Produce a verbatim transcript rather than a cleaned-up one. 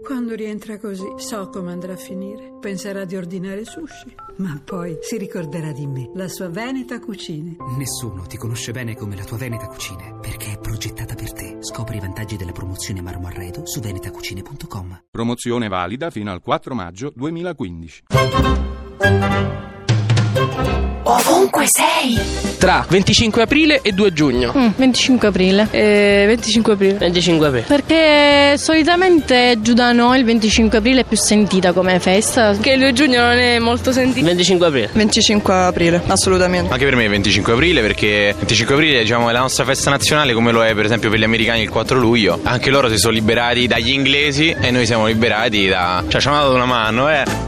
Quando rientra così, so come andrà a finire. Penserà di ordinare sushi, ma poi si ricorderà di me, la sua Veneta Cucine. Nessuno ti conosce bene come la tua Veneta Cucine, perché è progettata per te. Scopri i vantaggi della promozione Marmo Arredo su venetacucine punto com. Promozione valida fino al quattro maggio duemilaquindici. Ovunque sei! Tra venticinque aprile e due giugno. Mm, venticinque aprile. Eh, venticinque aprile. venticinque aprile. Perché solitamente giù da noi il venticinque aprile è più sentita come festa. Che il due giugno non è molto sentita. venticinque aprile. venticinque aprile, assolutamente. Anche per me è venticinque aprile, perché venticinque aprile, diciamo, è la nostra festa nazionale, come lo è per esempio per gli americani il quattro luglio. Anche loro si sono liberati dagli inglesi e noi siamo liberati da... cioè ci hanno dato una mano, eh.